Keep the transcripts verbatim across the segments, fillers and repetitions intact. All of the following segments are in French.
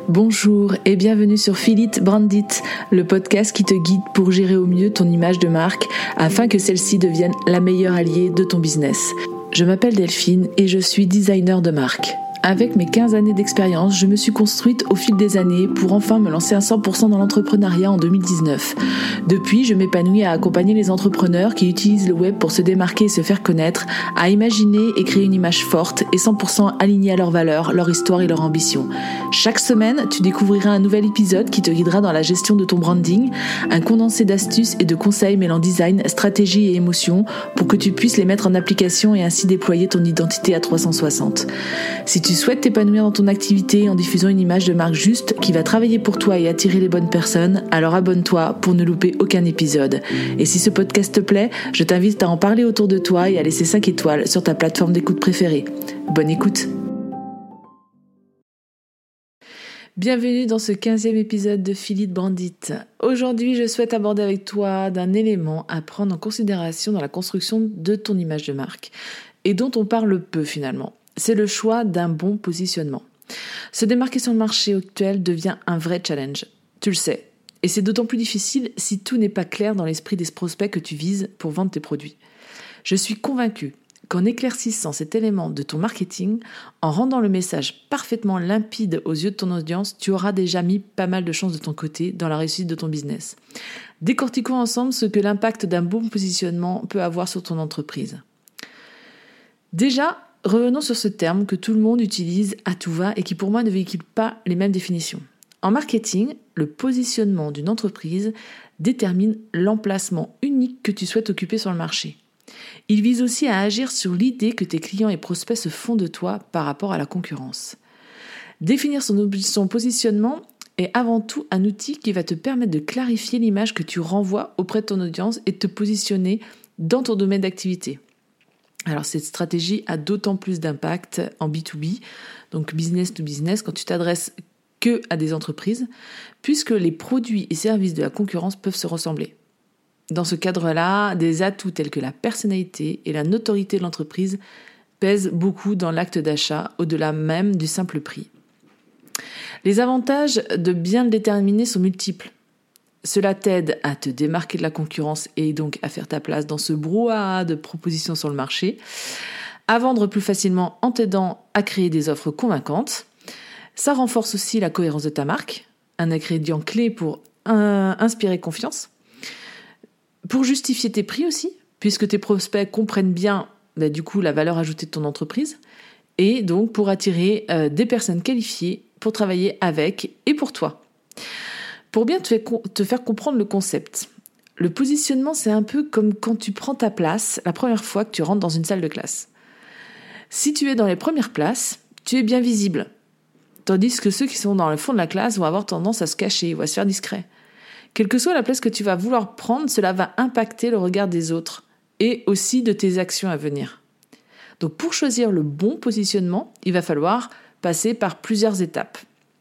Bonjour et bienvenue sur Feel It, Brand It, le podcast qui te guide pour gérer au mieux ton image de marque afin que celle-ci devienne la meilleure alliée de ton business. Je m'appelle Delphine et je suis designer de marque. Avec mes quinze années d'expérience, je me suis construite au fil des années pour enfin me lancer à cent pour cent dans l'entrepreneuriat en deux mille dix-neuf. Depuis, je m'épanouis à accompagner les entrepreneurs qui utilisent le web pour se démarquer et se faire connaître, à imaginer et créer une image forte et cent pour cent alignée à leurs valeurs, leur histoire et leur ambition. Chaque semaine, tu découvriras un nouvel épisode qui te guidera dans la gestion de ton branding, un condensé d'astuces et de conseils mêlant design, stratégie et émotion pour que tu puisses les mettre en application et ainsi déployer ton identité à trois cent soixante. Si tu souhaites t'épanouir dans ton activité en diffusant une image de marque juste qui va travailler pour toi et attirer les bonnes personnes, alors abonne-toi pour ne louper aucun épisode. Et si ce podcast te plaît, je t'invite à en parler autour de toi et à laisser cinq étoiles sur ta plateforme d'écoute préférée. Bonne écoute! Bienvenue dans ce quinzième épisode de Feel It, Brand It. Aujourd'hui, je souhaite aborder avec toi d'un élément à prendre en considération dans la construction de ton image de marque et dont on parle peu finalement. C'est le choix d'un bon positionnement. Se démarquer sur le marché actuel devient un vrai challenge. Tu le sais. Et c'est d'autant plus difficile si tout n'est pas clair dans l'esprit des prospects que tu vises pour vendre tes produits. Je suis convaincue qu'en éclaircissant cet élément de ton marketing, en rendant le message parfaitement limpide aux yeux de ton audience, tu auras déjà mis pas mal de chances de ton côté dans la réussite de ton business. Décortiquons ensemble ce que l'impact d'un bon positionnement peut avoir sur ton entreprise. Déjà, revenons sur ce terme que tout le monde utilise à tout va et qui pour moi ne véhicule pas les mêmes définitions. En marketing, le positionnement d'une entreprise détermine l'emplacement unique que tu souhaites occuper sur le marché. Il vise aussi à agir sur l'idée que tes clients et prospects se font de toi par rapport à la concurrence. Définir son, son positionnement est avant tout un outil qui va te permettre de clarifier l'image que tu renvoies auprès de ton audience et de te positionner dans ton domaine d'activité. Alors cette stratégie a d'autant plus d'impact en B deux B, donc business to business, quand tu t'adresses que à des entreprises, puisque les produits et services de la concurrence peuvent se ressembler. Dans ce cadre-là, des atouts tels que la personnalité et la notoriété de l'entreprise pèsent beaucoup dans l'acte d'achat, au-delà même du simple prix. Les avantages de bien le déterminer sont multiples. Cela t'aide à te démarquer de la concurrence et donc à faire ta place dans ce brouhaha de propositions sur le marché, à vendre plus facilement en t'aidant à créer des offres convaincantes. Ça renforce aussi la cohérence de ta marque, un ingrédient clé pour euh, inspirer confiance. Pour justifier tes prix aussi, puisque tes prospects comprennent bien bah, du coup la valeur ajoutée de ton entreprise, et donc pour attirer euh, des personnes qualifiées pour travailler avec et pour toi. Pour bien te faire comprendre le concept, le positionnement, c'est un peu comme quand tu prends ta place la première fois que tu rentres dans une salle de classe. Si tu es dans les premières places, tu es bien visible, tandis que ceux qui sont dans le fond de la classe vont avoir tendance à se cacher ou à se faire discret. Quelle que soit la place que tu vas vouloir prendre, cela va impacter le regard des autres et aussi de tes actions à venir. Donc pour choisir le bon positionnement, il va falloir passer par plusieurs étapes.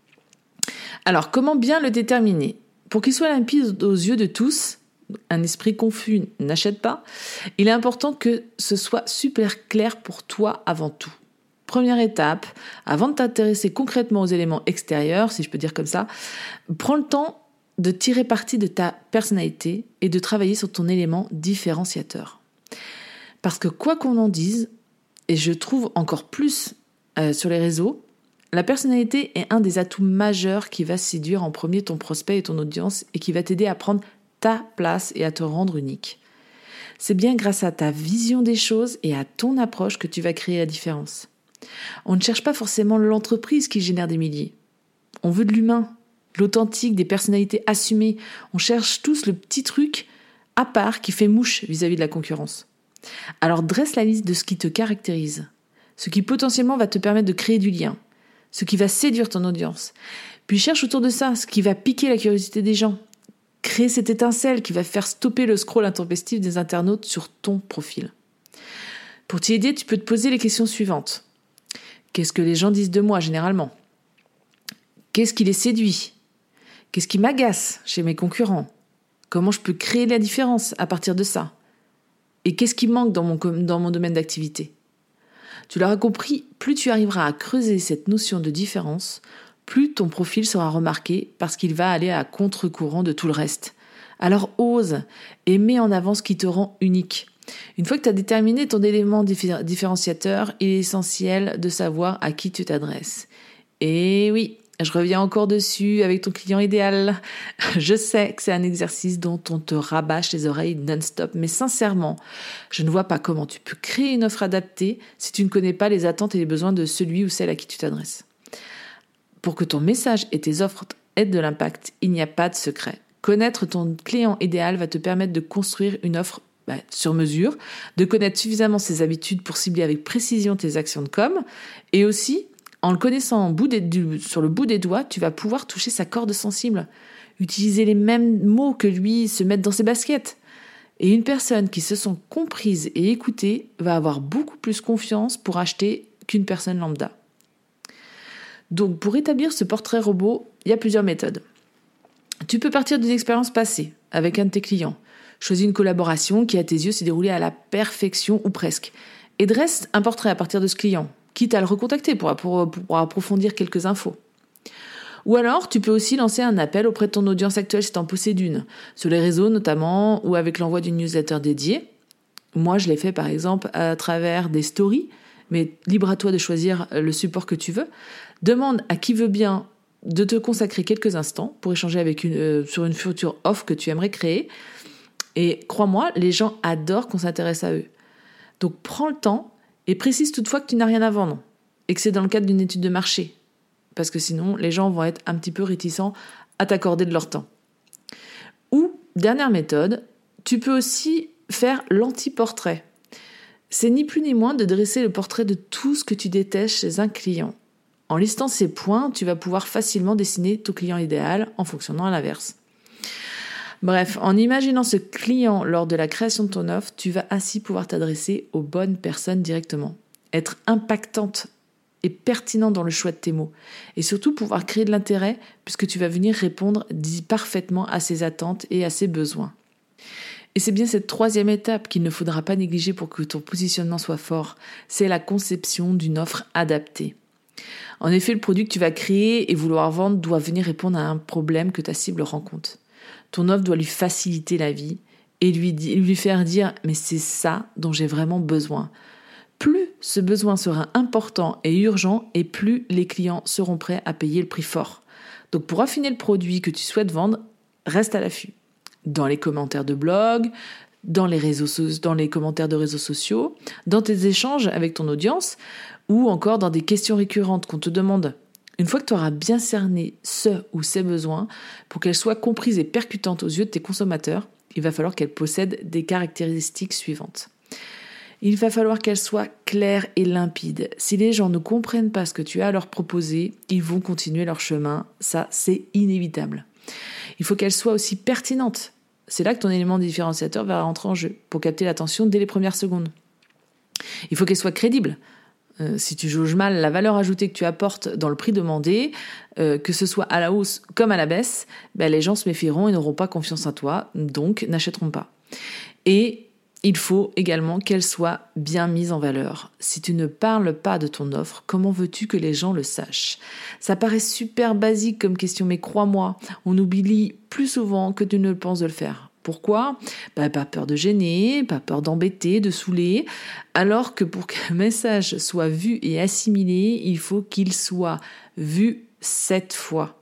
Alors, comment bien le déterminer ? Pour qu'il soit limpide aux yeux de tous, un esprit confus n'achète pas, il est important que ce soit super clair pour toi avant tout. Première étape, avant de t'intéresser concrètement aux éléments extérieurs, si je peux dire comme ça, prends le temps de tirer parti de ta personnalité et de travailler sur ton élément différenciateur. Parce que quoi qu'on en dise, et je trouve encore plus euh, sur les réseaux, la personnalité est un des atouts majeurs qui va séduire en premier ton prospect et ton audience et qui va t'aider à prendre ta place et à te rendre unique. C'est bien grâce à ta vision des choses et à ton approche que tu vas créer la différence. On ne cherche pas forcément l'entreprise qui génère des milliers. On veut de l'humain, de l'authentique, des personnalités assumées. On cherche tous le petit truc à part qui fait mouche vis-à-vis de la concurrence. Alors dresse la liste de ce qui te caractérise, ce qui potentiellement va te permettre de créer du lien, ce qui va séduire ton audience. Puis cherche autour de ça ce qui va piquer la curiosité des gens. Crée cette étincelle qui va faire stopper le scroll intempestif des internautes sur ton profil. Pour t'y aider, tu peux te poser les questions suivantes. Qu'est-ce que les gens disent de moi généralement ? Qu'est-ce qui les séduit ? Qu'est-ce qui m'agace chez mes concurrents ? Comment je peux créer la différence à partir de ça ? Et qu'est-ce qui manque dans mon, dans mon domaine d'activité ? Tu l'auras compris, plus tu arriveras à creuser cette notion de différence, plus ton profil sera remarqué parce qu'il va aller à contre-courant de tout le reste. Alors ose et mets en avant ce qui te rend unique. Une fois que tu as déterminé ton élément diffé- différenciateur, il est essentiel de savoir à qui tu t'adresses. Et oui, je reviens encore dessus avec ton client idéal. Je sais que c'est un exercice dont on te rabâche les oreilles non-stop, mais sincèrement, je ne vois pas comment tu peux créer une offre adaptée si tu ne connais pas les attentes et les besoins de celui ou celle à qui tu t'adresses. Pour que ton message et tes offres aient de l'impact, il n'y a pas de secret. Connaître ton client idéal va te permettre de construire une offre bah, sur mesure, de connaître suffisamment ses habitudes pour cibler avec précision tes actions de com, et aussi, en le connaissant au bout des, du, sur le bout des doigts, tu vas pouvoir toucher sa corde sensible, utiliser les mêmes mots que lui, se mettre dans ses baskets. Et une personne qui se sent comprise et écoutée va avoir beaucoup plus confiance pour acheter qu'une personne lambda. Donc, pour établir ce portrait robot, il y a plusieurs méthodes. Tu peux partir d'une expérience passée avec un de tes clients. Choisis une collaboration qui, à tes yeux, s'est déroulée à la perfection ou presque. Et dresse un portrait à partir de ce client, quitte à le recontacter pour, pour, pour approfondir quelques infos. Ou alors, tu peux aussi lancer un appel auprès de ton audience actuelle si tu en possèdes une, sur les réseaux notamment, ou avec l'envoi d'une newsletter dédiée. Moi, je l'ai fait par exemple à travers des stories, mais libre à toi de choisir le support que tu veux. Demande à qui veut bien de te consacrer quelques instants pour échanger avec une, euh, sur une future offre que tu aimerais créer. Et crois-moi, les gens adorent qu'on s'intéresse à eux. Donc prends le temps et précise toutefois que tu n'as rien à vendre et que c'est dans le cadre d'une étude de marché. Parce que sinon, les gens vont être un petit peu réticents à t'accorder de leur temps. Ou, dernière méthode, tu peux aussi faire l'anti-portrait. C'est ni plus ni moins de dresser le portrait de tout ce que tu détestes chez un client. En listant ces points, tu vas pouvoir facilement dessiner ton client idéal en fonctionnant à l'inverse. Bref, en imaginant ce client lors de la création de ton offre, tu vas ainsi pouvoir t'adresser aux bonnes personnes directement. Être impactante et pertinente dans le choix de tes mots. Et surtout pouvoir créer de l'intérêt puisque tu vas venir répondre parfaitement à ses attentes et à ses besoins. Et c'est bien cette troisième étape qu'il ne faudra pas négliger pour que ton positionnement soit fort. C'est la conception d'une offre adaptée. En effet, le produit que tu vas créer et vouloir vendre doit venir répondre à un problème que ta cible rencontre. Ton offre doit lui faciliter la vie et lui, lui faire dire « mais c'est ça dont j'ai vraiment besoin ». Plus ce besoin sera important et urgent et plus les clients seront prêts à payer le prix fort. Donc pour affiner le produit que tu souhaites vendre, reste à l'affût. Dans les commentaires de blog, dans les, réseaux, dans les commentaires de réseaux sociaux, dans tes échanges avec ton audience ou encore dans des questions récurrentes qu'on te demande. Une fois que tu auras bien cerné ce ou ces besoins, pour qu'elles soient comprises et percutantes aux yeux de tes consommateurs, il va falloir qu'elles possèdent des caractéristiques suivantes. Il va falloir qu'elles soient claires et limpides. Si les gens ne comprennent pas ce que tu as à leur proposer, ils vont continuer leur chemin. Ça, c'est inévitable. Il faut qu'elles soient aussi pertinentes. C'est là que ton élément différenciateur va rentrer en jeu, pour capter l'attention dès les premières secondes. Il faut qu'elles soient crédibles. Euh, si tu jauges mal la valeur ajoutée que tu apportes dans le prix demandé, euh, que ce soit à la hausse comme à la baisse, ben les gens se méfieront et n'auront pas confiance en toi, donc n'achèteront pas. Et il faut également qu'elle soit bien mise en valeur. Si tu ne parles pas de ton offre, comment veux-tu que les gens le sachent ? Ça paraît super basique comme question, mais crois-moi, on oublie plus souvent que tu ne le penses de le faire. Pourquoi ? Bah, pas peur de gêner, pas peur d'embêter, de saouler, alors que pour qu'un message soit vu et assimilé, il faut qu'il soit vu sept fois.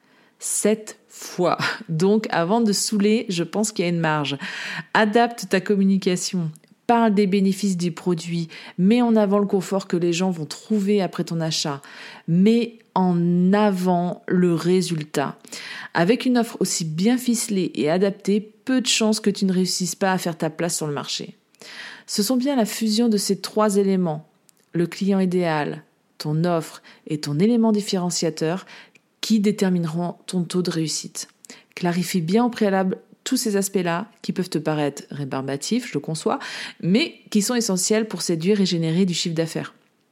Sept fois. Donc, avant de saouler, je pense qu'il y a une marge. Adapte ta communication. Parle des bénéfices du produit. Mets en avant le confort que les gens vont trouver après ton achat. Mets en avant le résultat. Avec une offre aussi bien ficelée et adaptée, peu de chances que tu ne réussisses pas à faire ta place sur le marché. Ce sont bien la fusion de ces trois éléments, le client idéal, ton offre et ton élément différenciateur, qui détermineront ton taux de réussite. Clarifie bien au préalable tous ces aspects-là qui peuvent te paraître rébarbatifs, je le conçois, mais qui sont essentiels pour séduire et générer du chiffre d'affaires.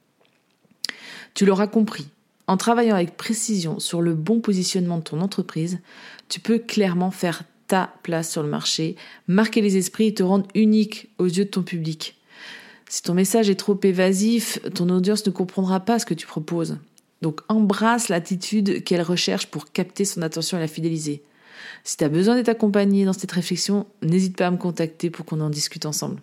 Tu l'auras compris, en travaillant avec précision sur le bon positionnement de ton entreprise, tu peux clairement faire ta place sur le marché, marquer les esprits et te rendre unique aux yeux de ton public. Si ton message est trop évasif, ton audience ne comprendra pas ce que tu proposes. Donc embrasse l'attitude qu'elle recherche pour capter son attention et la fidéliser. Si tu as besoin d'être accompagné dans cette réflexion, n'hésite pas à me contacter pour qu'on en discute ensemble.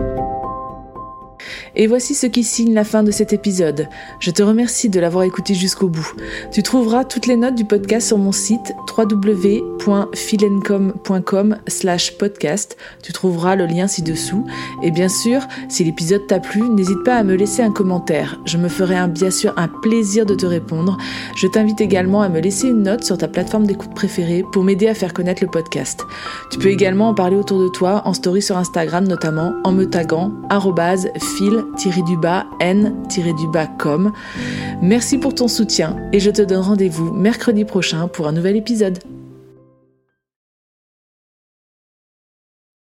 Et voici ce qui signe la fin de cet épisode. Je te remercie de l'avoir écouté jusqu'au bout. Tu trouveras toutes les notes du podcast sur mon site w w w point philencom point com slash podcast. Tu trouveras le lien ci-dessous. Et bien sûr, si l'épisode t'a plu, n'hésite pas à me laisser un commentaire. Je me ferai un, bien sûr un plaisir de te répondre. Je t'invite également à me laisser une note sur ta plateforme d'écoute préférée pour m'aider à faire connaître le podcast. Tu peux également en parler autour de toi en story sur Instagram notamment en me taguant arobase fil-du-bas n-du-bas com. Merci pour ton soutien et je te donne rendez-vous mercredi prochain pour un nouvel épisode.